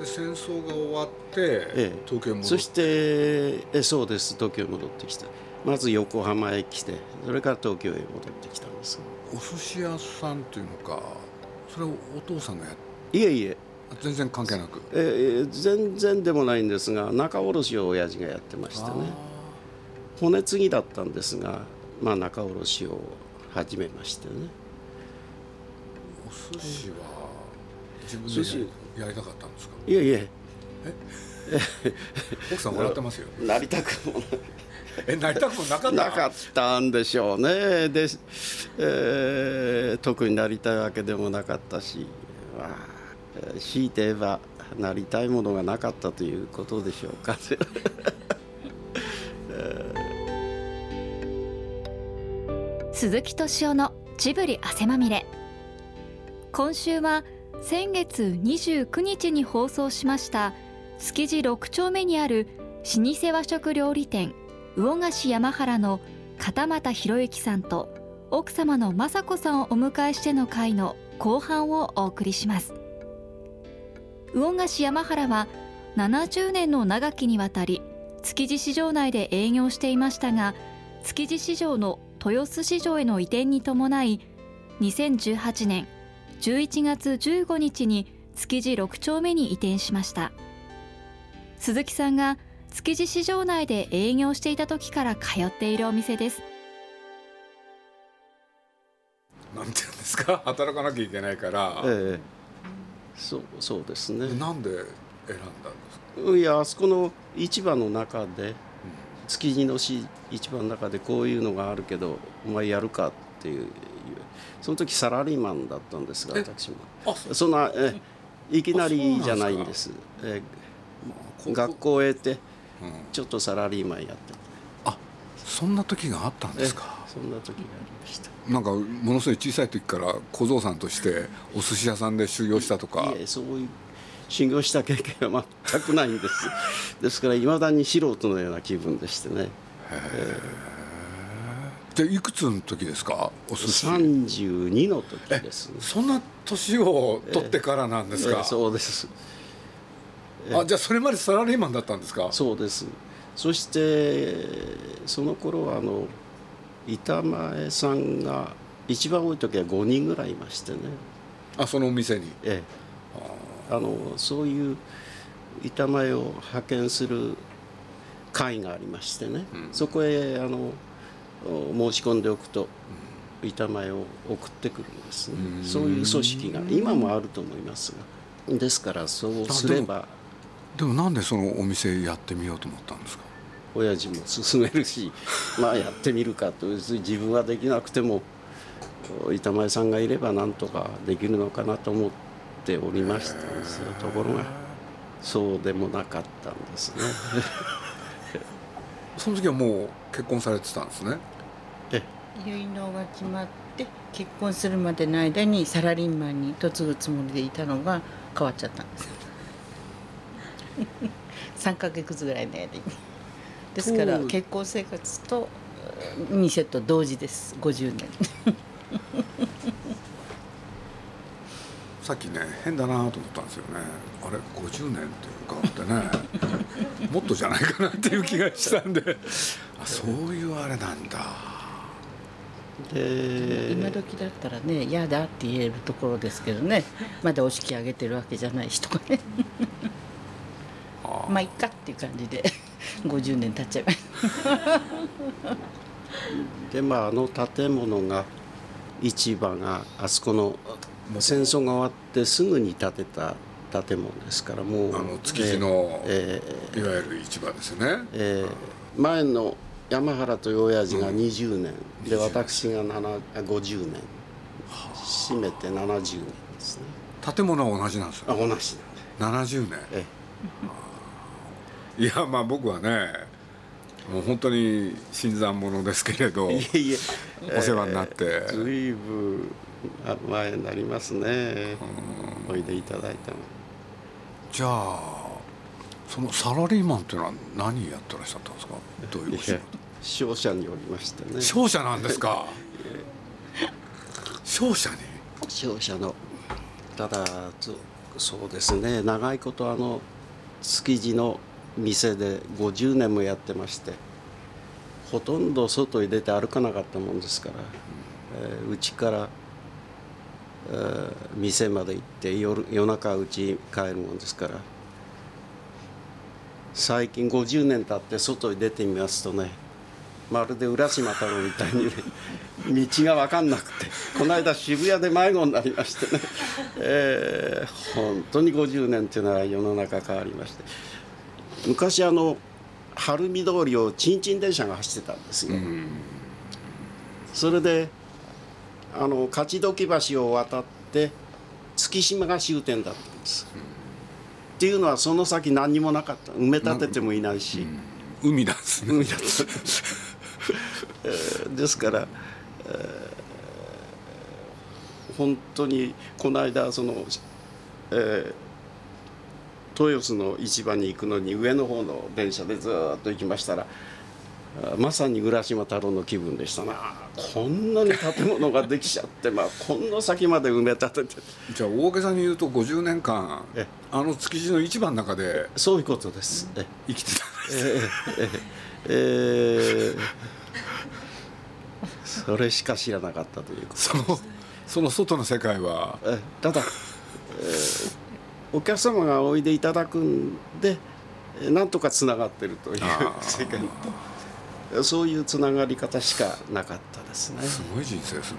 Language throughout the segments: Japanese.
戦争が終わって東京に戻って、 そしてそうです、東京に戻ってきた。まず横浜へ来て、それから東京へ戻ってきたんです。 お寿司屋さんというのか、それをお父さんがやって？ いえいえ、 全然関係なく。 全然でもないんですが、仲卸を親父がやってましたね。骨継ぎだったんですが、仲卸を始めましてね。 お寿司は自分でやりたかったんですか？ いえいえ、 奥さん笑ってますよ。 なりたくもなりたくもなかった？ なかったんでしょうね。で、特になりたいわけでもなかったし、強いて言えばなりたいものがなかったということでしょうか。 鈴木敏夫のジブリ汗まみれ。今週は先月29日に放送しました築地6丁目にある老舗和食料理店魚菓子山原の片俣博之さんと奥様の雅子さんをお迎えしての回の後半をお送りします。魚菓子山原は70年の長きにわたり築地市場内で営業していましたが、築地市場の豊洲市場への移転に伴い2018年11月15日に築地6丁目に移転しました。鈴木さんが築地市場内で営業していた時から通っているお店です。 なんていうんですか、働かなきゃいけないから、 そうですね。 なんで選んだんですか？ いや、あそこの市場の中で、築地の市場の中でこういうのがあるけどお前やるかっていう、その時サラリーマンだったんですが、私もそんないきなりじゃないんです。学校へ行ってちょっとサラリーマンやってて、 そんな時があったんですか？ そんな時がありました。 なんかものすごい小さい時から小僧さんとしてお寿司屋さんで修行したとか？ いえ、そういう修行した経験は全くないんです。ですからいまだに素人のような気分でしてね。 でいくつの時ですか？お寿司 32の時です。 そんな年を取ってからなんですか？ そうです。 じゃあそれまでサラリーマンだったんですか？ そうです。そしてその頃は板前さんが一番多い時は5人ぐらいいましてね。 そのお店に？ そういう板前を派遣する会がありましてね、そこへ申し込んでおくと板前を送ってくるんですね。そういう組織が今もあると思いますが、ですからそうすれば。 でもなんでそのお店やってみようと思ったんですか？ 親父も勧めるし、やってみるかと。自分はできなくても板前さんがいればなんとかできるのかなと思っておりましたんですよ。ところがそうでもなかったんですね。 その時はもう結婚されてたんですね。 結納が決まって結婚するまでの間にサラリーマンに嫁ぐつもりでいたのが変わっちゃったんです3ヶ月ぐらいの間に。ですから結婚生活と2セット同時です。50年。 さっきね、変だなと思ったんですよね。あれ50年っていうかってねもっとじゃないかなっていう気がしたんでそういうあれなんだ。 で今時だったらね、嫌だって言えるところですけどね、まだお式挙げてるわけじゃないしとかねいっかっていう感じで50年経っちゃいましたで建物が市場があそこの戦争が終わってすぐに建てた建物ですから、もう築地の、いわゆる市場ですよね。 前の山原という親父が20年、で私が50年、締めて70年ですね。 建物は同じなんですよ。 同じなんで 70年。いや僕はね、もう本当に新参者ですけれど、お世話になって、 ずいぶん前になりますね。おいでいただいたの。 じゃあそのサラリーマンっていうのは何やってらっしゃったんですか？どういうお仕事？ 商社におりましてね。 商社なんですか？商社に？ 商社のただそうですね、長いこと築地の店で50年もやってまして、ほとんど外に出て歩かなかったもんですから、家から、店まで行って夜中家に帰るもんですから、最近50年経って外に出てみますとね、まるで浦島太郎みたいにね道が分かんなくて、この間渋谷で迷子になりましてね、本当に50年っていうのは世の中変わりまして、昔晴海通りをちんちん電車が走ってたんですよ。それで勝どき橋を渡って月島が終点だったんです。っていうのはその先何にもなかった、埋め立ててもいないし、 海なんですね。 海だったですから、本当にこの間豊洲の市場に行くのに上の方の電車でずっと行きましたら、まさに浦島太郎の気分でしたな。こんなに建物ができちゃって、こんな先まで埋め立てて。 じゃあ大げさに言うと50年間築地の市場の中でそういうことです。 生きてたんです。 それしか知らなかったということです。 その外の世界はただ、お客様がおいでいただくんでなんとかつながってるという世界と、そういうつながり方しかなかったですね。 すごい人生ですね。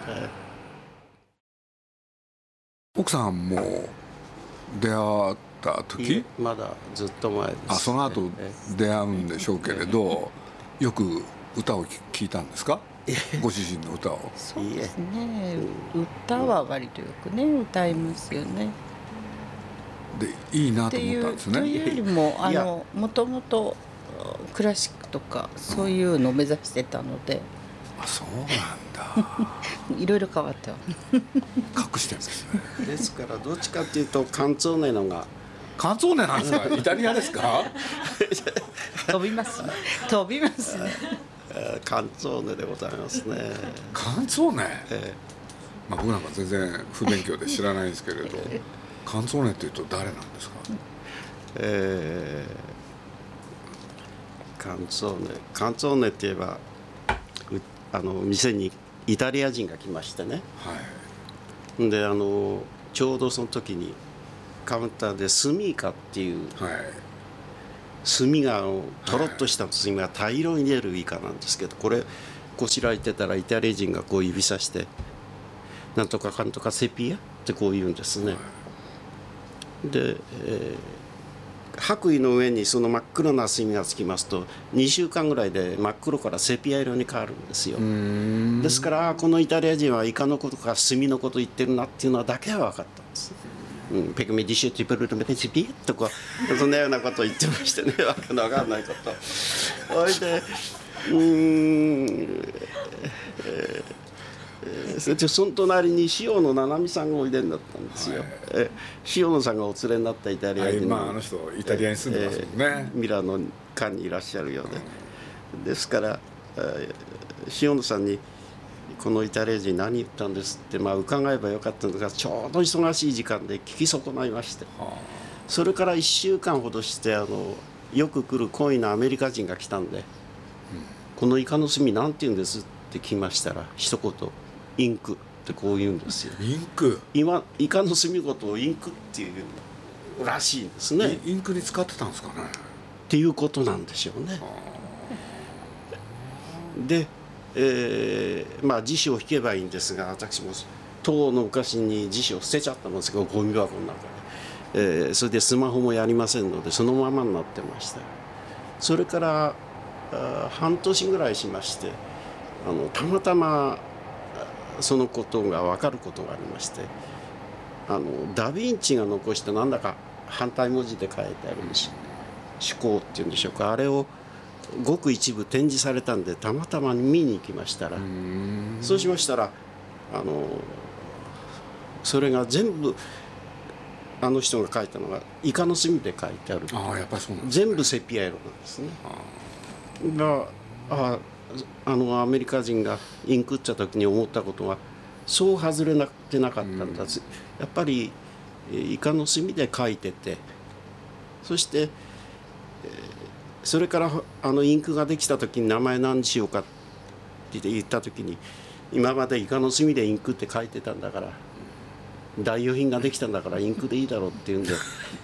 奥さんも出会った時？ まだずっと前です、ね。 その後出会うんでしょうけれど、よく歌を聴いたんですか？ご主人の歌を。 そうですね、歌は割とよくね歌いますよね。 でいいなと思ったんですね。 というよりももともとクラシックとかそういうのを目指してたので。 そうなんだ。 いろいろ変わっては隠してるんですね。 ですからどっちかっていうとカンツォーネのが。 カンツォーネなんですか？イタリアですか？ 飛びますね。飛びますね。 カンツォーネでございますね。 カンツォーネ、僕なんか全然不勉強で知らないんですけれどカンツォーネっていうと誰なんですか？ カンツォーネって言えば店にイタリア人が来ましてね、でちょうどその時にカウンターでスミイカっていう、炭がとろっとした炭が大量に出るイカなんですけど、こしらえてたらイタリア人がこう指さして「なんとかかんとかセピア」ってこう言うんですね。で、白衣の上にその真っ黒な炭がつきますと2週間ぐらいで真っ黒からセピア色に変わるんですよ。ですからこのイタリア人はイカのことか炭のこと言ってるなっていうのだけは分かったんです。ペクメディシュティプルルメペチピとかそんなようなことを言ってましてね、わけのわかんないこと。それでその隣に塩野七海さんがおいでになったんですよ。塩野さんがお連れになったイタリア人の、あの人イタリアに住んでますもんね。 ミラノ間にいらっしゃるようで、ですから塩野さんにこのイタリア人何言ったんですって伺えばよかったんですが、ちょうど忙しい時間で聞き損ないまして、それから1週間ほどしてよく来る恋のアメリカ人が来たんで、このイカの炭なんて言うんですって聞きましたら一言インクってこう言うんですよ。 インク？ 今イカの炭ごとをインクっていうらしいんですね。 インクに使ってたんですかね。 っていうことなんでしょうね。で辞書を引けばいいんですが、私も当の昔に辞書を捨てちゃったんですけどゴミ箱の中で、それでスマホもやりませんのでそのままになってました。それから半年ぐらいしましてたまたまそのことが分かることがありまして、ダ・ヴィンチが残したなんだか反対文字で書いてある趣向っていうんでしょうか、あれをごく一部展示されたんでたまたま見に行きましたら、そうしましたらそれが全部あの人が書いたのがイカの墨で書いてある。 やっぱりそうなんですね。 全部セピア色なんですね。アメリカ人がインクった時に思ったことはそう外れてなかったんだ。やっぱりイカの墨で書いてて、そして、それからインクができた時に名前何にしようかって言った時に、今までイカの墨でインクって書いてたんだから、代用品ができたんだからインクでいいだろうっていうんで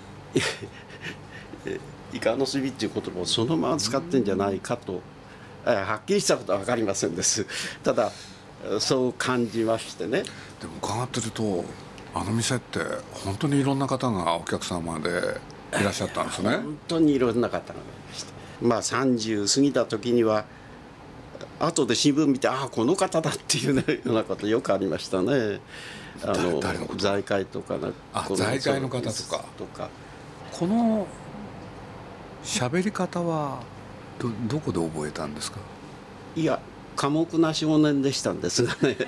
イカの墨っていう言葉をそのまま使ってんじゃないかと、はっきりしたことは分かりませんです。ただそう感じましてね。 でも伺ってるとあの店って本当にいろんな方がお客様でいらっしゃったんですね。 本当にいろんな方がいました。まあ30過ぎた時には後で新聞見て、ああこの方だっていうようなことよくありましたね。財界とか財界の方とか。この喋り方はどこで覚えたんですか？ いや、寡黙な少年でしたんですがね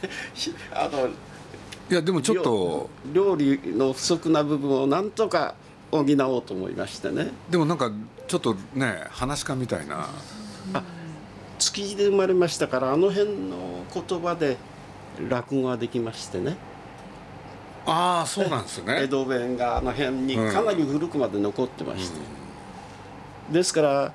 いやでもちょっと料理の不足な部分をなんとか補おうと思いましてね。 でもなんかちょっとね、話し家みたいな。 築地で生まれましたから、あの辺の言葉で落語ができましてね。 ああ、そうなんですね。 江戸弁があの辺にかなり古くまで残ってまして、ですから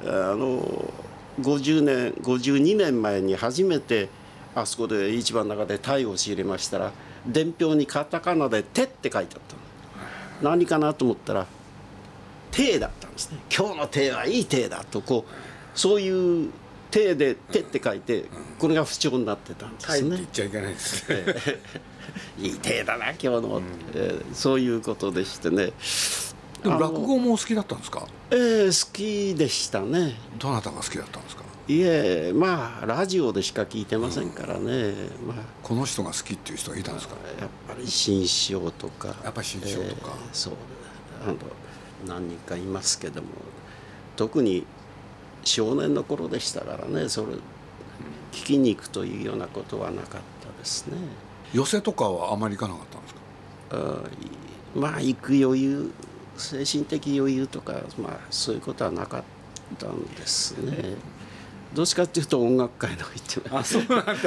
52年前に初めてあそこで市場の中で鯛を仕入れましたら、伝票にカタカナで「手」って書いてあったの。何かなと思ったら「手」だったんですね。今日の手はいい手だと、こうそういう手で「手」って書いて、これが不調になってたんですね。 鯛って言っちゃいけないですねいい手だな今日の、そういうことでしてね。 でも落語もお好きだったんですか？ 好きでしたね。 どなたが好きだったんですか？ いえ、まあラジオでしか聞いてませんからね、 この人が好きっていう人がいたんですか？ やっぱり新章とか、 やっぱり新章とか、 そう何人かいますけども、特に少年の頃でしたからね、それ聞きに行くというようなことはなかったですね。 寄席とかはあまり行かなかったんですか？ まあ行く余裕、精神的余裕とか、そういうことはなかったんですね。どっちかっていうと音楽会の行ってます。 そうなんだ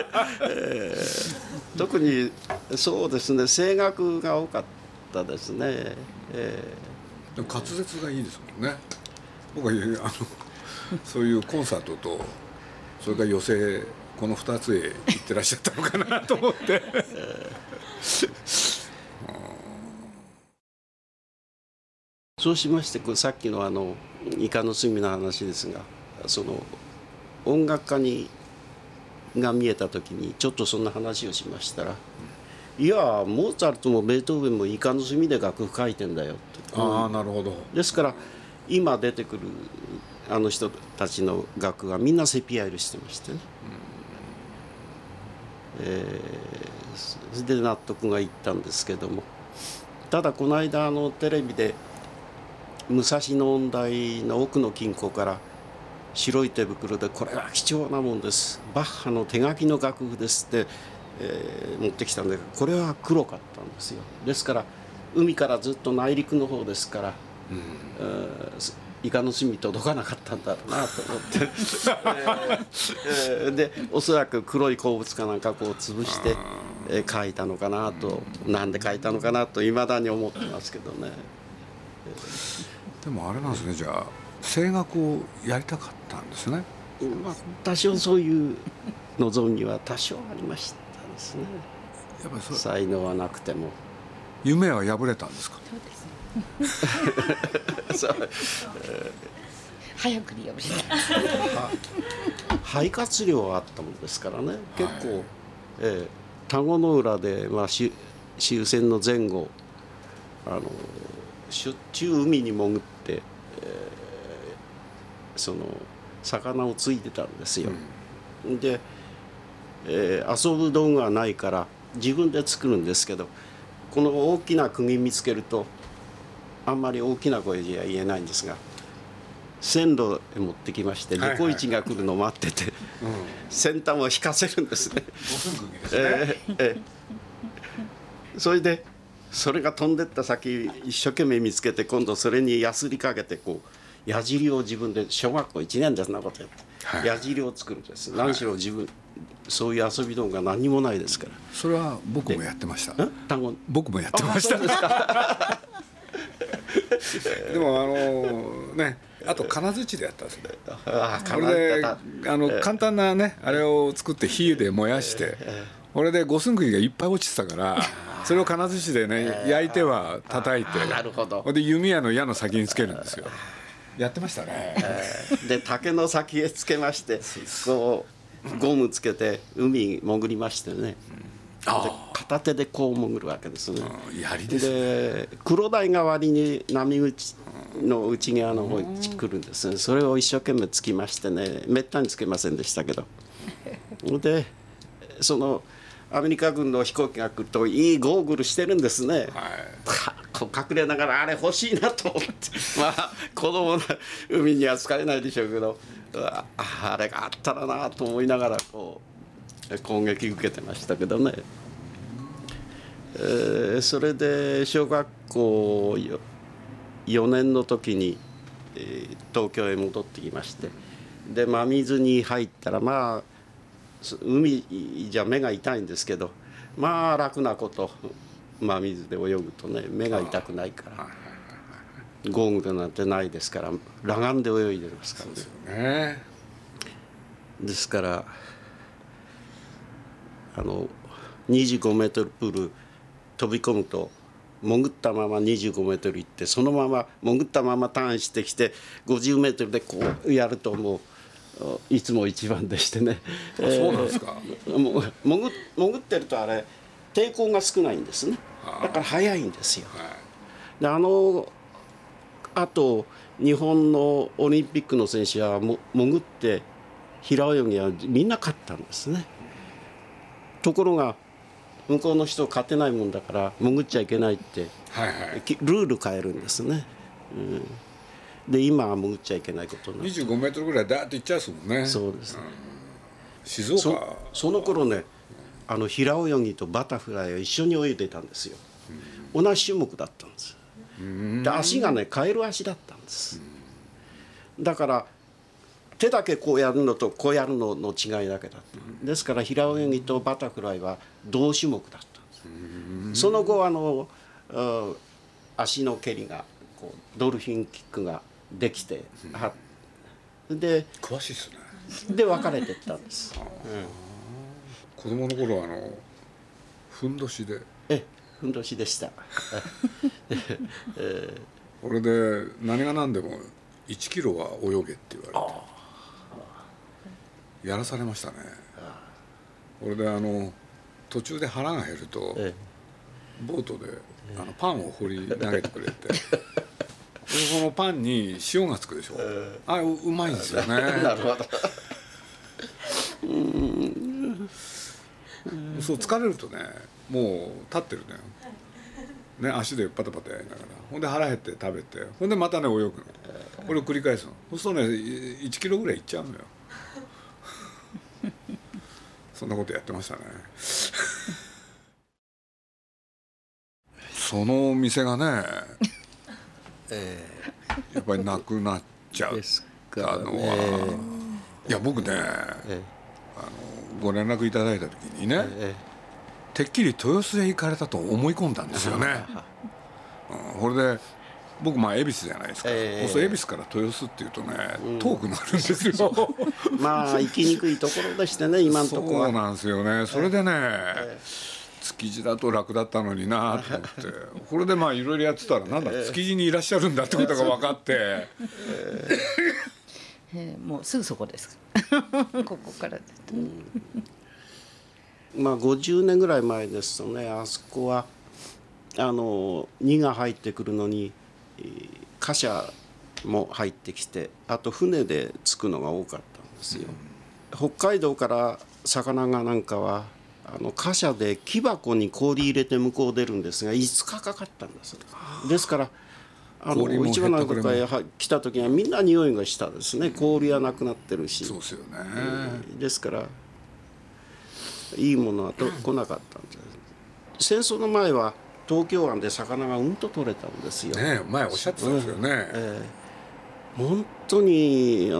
特にそうですね、声楽が多かったですね。 でも滑舌がいいですもんね。僕はそういうコンサートとそれから寄席、この2つへ行ってらっしゃったのかなと思ってそうしまして、さっきのイカの墨の話ですが、その音楽家が見えた時にちょっとそんな話をしましたら、いやモーツァルトもベートーベンもイカの墨で楽譜書いてんだよって。 ああ、なるほど。 ですから今出てくるあの人たちの楽譜はみんなセピアイルしてましてね、それで納得がいったんですけども、ただこの間テレビで武蔵野音大の奥の金庫から白い手袋で、これは貴重なもんです、バッハの手書きの楽譜ですって、持ってきたんで、これは黒かったんですよ。ですから海からずっと内陸の方ですから、イカの墨届かなかったんだろうなと思ってでおそらく黒い鉱物かなんかこう潰して、書いたのかなと、なんで書いたのかなといまだに思ってますけどね。 でもあれなんですね、じゃあ声楽をやりたかったんですね。 多少そういう望みは多少ありましたですね。 やっぱり才能はなくても夢は破れたんですか？ そうですね早くに破れた肺活量はあったもんですからね、結構、田子の浦で、終戦の前後しょっちゅう海に潜って、その魚をついてたんですよ、で、遊ぶ道具はないから自分で作るんですけど、この大きな釘見つけるとあんまり大きな声じゃ言えないんですが、線路へ持ってきましてニコイチが来るのを待ってて、先端を引かせるんですね。それでそれが飛んでった先一生懸命見つけて、今度それにやすりかけてこう矢尻を自分で小学校1年でそんなことやって、 はい、 矢尻を作るんです。何しろ自分、そういう遊び道具が何にもないですから。 それは僕もやってました。僕もやってました。でもね、あと金槌でやったんですね。これで簡単なねあれを作って火で燃やして、これで五寸釘がいっぱい落ちてたから、それを金槌でね焼いては叩いて、 なるほど。 で弓矢の矢の先につけるんですよ。やってましたね。 で竹の先へつけまして、こうゴムつけて海潜りましてね。片手でこう潜るわけですね。 槍ですね。 で黒鯛代わりに波打ちの内側の方に来るんですね。それを一生懸命つきましてね、めったにつけませんでしたけど。でそのアメリカ軍の飛行機が来るといいゴーグルしてるんですね。こう隠れながらあれ欲しいなと思って、まあ子供の海には使えないでしょうけど、あれがあったらなと思いながらこう攻撃受けてましたけどね。それで小学校4年の時に、東京へ戻ってきまして、で真水に入ったら、まあ海じゃ目が痛いんですけど、まあ楽なこと、真水で泳ぐとね目が痛くないから、ゴーグルなんてないですから裸眼で泳いでますからね。 そうですよね。 ですから25メートルプール飛び込むと潜ったまま25メートル行って、そのまま潜ったままターンしてきて50メートルでこうやるともういつも一番でしてね。 そうなんですか。 潜ってるとあれ抵抗が少ないんですね。だから速いんですよ。であと日本のオリンピックの選手は潜って平泳ぎはみんな勝ったんですね。ところが向こうの人勝てないもんだから潜っちゃいけないって、ルール変えるんですね。で今は潜っちゃいけないことになって、 25メートルぐらいダーッと行っちゃうですもんね。 そうですね。 静岡その頃ね、平泳ぎとバタフライを一緒に泳いでたんですよ。同じ種目だったんです。で足がねカエル足だったんです。だから手だけこうやるのとこうやるのの違いだけだった。ですから平泳ぎとバタフライは同種目だったんです。その後足の蹴りがこうドルフィンキックができて、で詳しいですね。 で分かれていったんです。 子供の頃ふんどしで。 ふんどしでした。 これで何が何でも1キロは泳げって言われてやらされましたね。これで途中で腹が減るとボートでパンを掘り投げてくれてそのパンに塩がつくでしょ。あれうまいんですよね。 なるほど。 そう疲れるとねもう立ってるね足でパタパタやりながら、ほんで腹減って食べて、ほんでまたね泳ぐの、これを繰り返すの。そうするとね1キロぐらいいっちゃうのよ。そんなことやってましたね。その店がねやっぱりなくなっちゃったのは、いや僕ねご連絡いただいた時にね、てっきり豊洲へ行かれたと思い込んだんですよね。これで僕恵比寿じゃないですか。そう恵比寿から豊洲っていうとね遠くなるんですよ。 まあ行きにくいところでしてね今のところは。 そうなんですよね。それでね築地だと楽だったのになと思って、これでいろいろやってたらなんだ築地にいらっしゃるんだってことが分かって、 もうすぐそこですここからだと。 まあ50年ぐらい前ですとね、あそこは荷が入ってくるのに貨車も入ってきて、あと船で着くのが多かったんですよ。北海道から魚がなんかは貨車で木箱に氷入れて向こう出るんですが5日かかったんです。ですから一番なんか来た時にはみんな匂いがしたですね。氷はなくなってるし。 そうですよね。 ですからいいものは来なかったんです。戦争の前は東京湾で魚がうんと取れたんですよ。 ね、前おっしゃってたんですよね。 本当に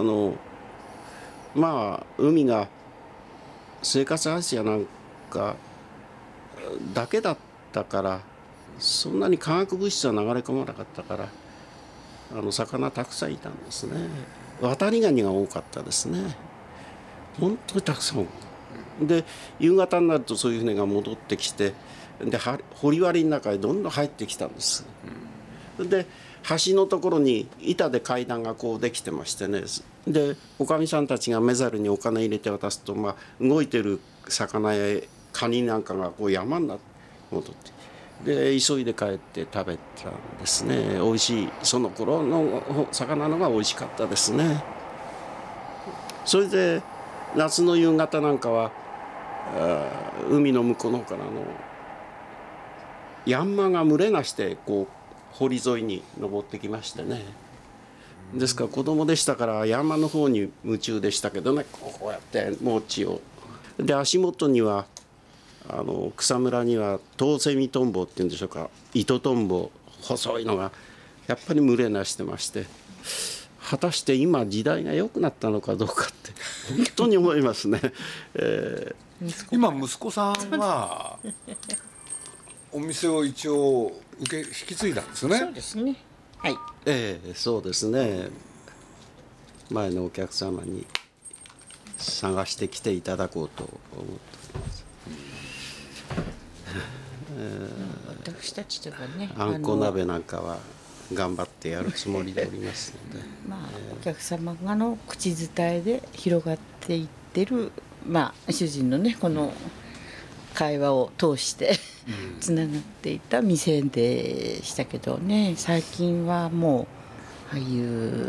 まあ海が生活排水やなんかだけだったから、そんなに化学物質は流れ込まなかったから、魚たくさんいたんですね。渡りガニが多かったですね。本当にたくさん。で夕方になるとそういう船が戻ってきて、で堀割の中へどんどん入ってきたんです。で橋のところに板で階段がこうできてましてね、でおかみさんたちがメザルにお金入れて渡すと、動いてる魚やカニなんかがこう山になって戻ってで急いで帰って食べたんですね。美味しい、その頃の魚のが美味しかったですね。それで夏の夕方なんかは海の向こうの方からヤンマが群れなしてこう堀沿いに登ってきましてね。ですから子供でしたから山の方に夢中でしたけどね、こうやって餅を。で足元には草むらにはトウセミトンボっていうんでしょうか、糸トンボ細いのがやっぱり群れなしてまして、果たして今時代が良くなったのかどうかって本当に思いますね。 今息子さんはお店を一応引き継いだんですね。 そうですね。はい。 そうですね。前のお客様に探してきていただこうと思っております。 私たちとかね、 あんこ鍋なんかは頑張ってやるつもりでおりますので、 お客様の口伝えで広がっていってる、主人のねこの会話を通してつながっていた店でしたけどね、最近はもうああいう、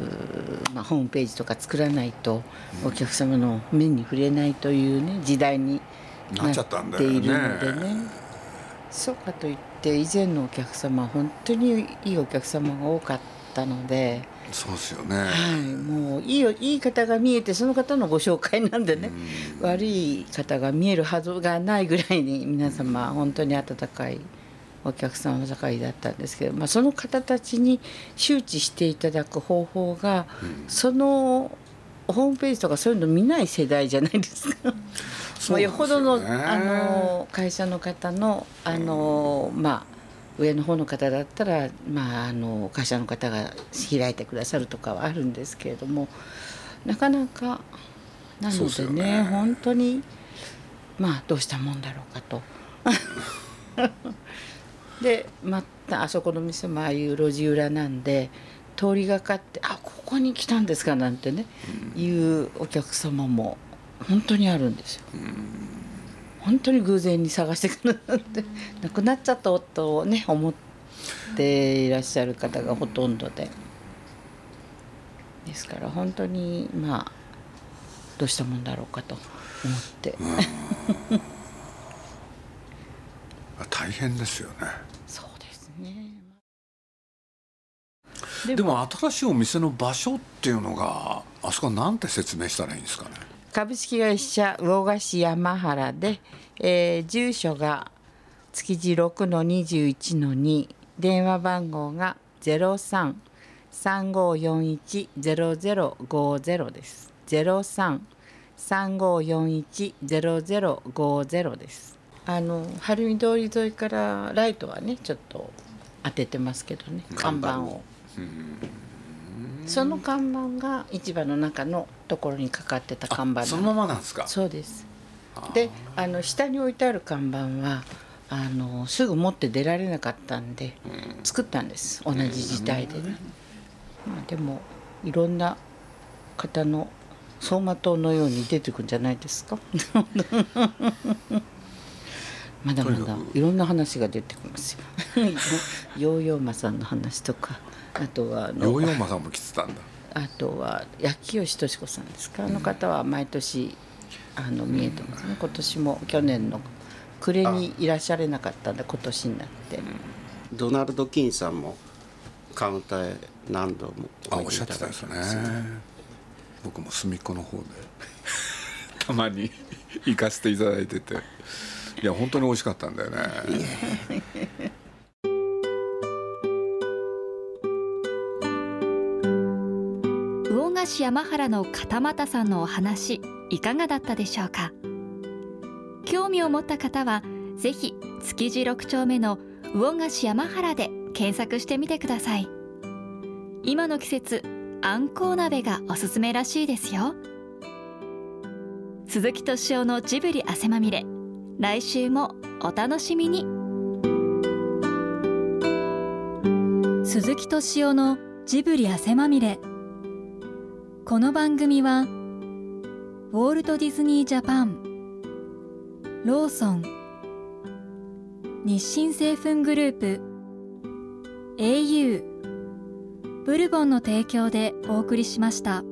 ホームページとか作らないとお客様の目に触れないというね時代になっているのでね。そうかといって以前のお客様は本当にいいお客様が多かったので。 そうですよね。 はい、もういい方が見えてその方のご紹介なんでね、悪い方が見えるはずがないぐらいに皆様本当に温かいお客様ばかりだったんですけど、その方たちに周知していただく方法が、そのホームページとかそういうの見ない世代じゃないですか。よほどの会社の方の上の方の方だったら、会社の方が開いてくださるとかはあるんですけれども、なかなかなのでね、本当にどうしたもんだろうかと。でまたあそこの店もああいう路地裏なんで通りがかって「あ、ここに来たんですか」なんてね、いうお客様も本当にあるんですよ。本当に偶然に探してくるって亡くなっちゃった夫をね思っていらっしゃる方がほとんどですから、本当にどうしたもんだろうかと思って大変ですよね。 そうですね。 でも新しいお店の場所っていうのがあそこはなんて説明したらいいんですかね。 株式会社魚河岸山原で、住所が築地 6-21-2、電話番号が 03-3541-0050 です。 03-3541-0050 です。晴海通り沿いからライトはねちょっと当ててますけどね、看板を。その看板が市場の中のところにかかってた看板。 そのままなんですか。 そうです。で下に置いてある看板はすぐ持って出られなかったんで作ったんです、同じ時代でね。でもいろんな方の走馬灯のように出てくるんじゃないですか。まだまだいろんな話が出てきますよ。ヨーヨーマさんの話とか、あとはヨーヨーマさんも来てたんだ。 あとは八木吉敏子さんですか。あの方は毎年見えてますね。今年も去年の暮れにいらっしゃれなかったんで今年になって。 ドナルド・キンさんもカウンターへ何度もおっしゃってたですね。僕も隅っこの方でたまに行かせていただいてて、いや本当に美味しかったんだよね。 菓子山原の片俣さんのお話、いかがだったでしょうか。興味を持った方はぜひ築地6丁目の魚菓子山原で検索してみてください。今の季節、あんこう鍋がおすすめらしいですよ。鈴木敏夫のジブリ汗まみれ、来週もお楽しみに。鈴木敏夫のジブリ汗まみれ。この番組はウォルト・ディズニー・ジャパン、ローソン、日清製粉グループ、au、ブルボンの提供でお送りしました。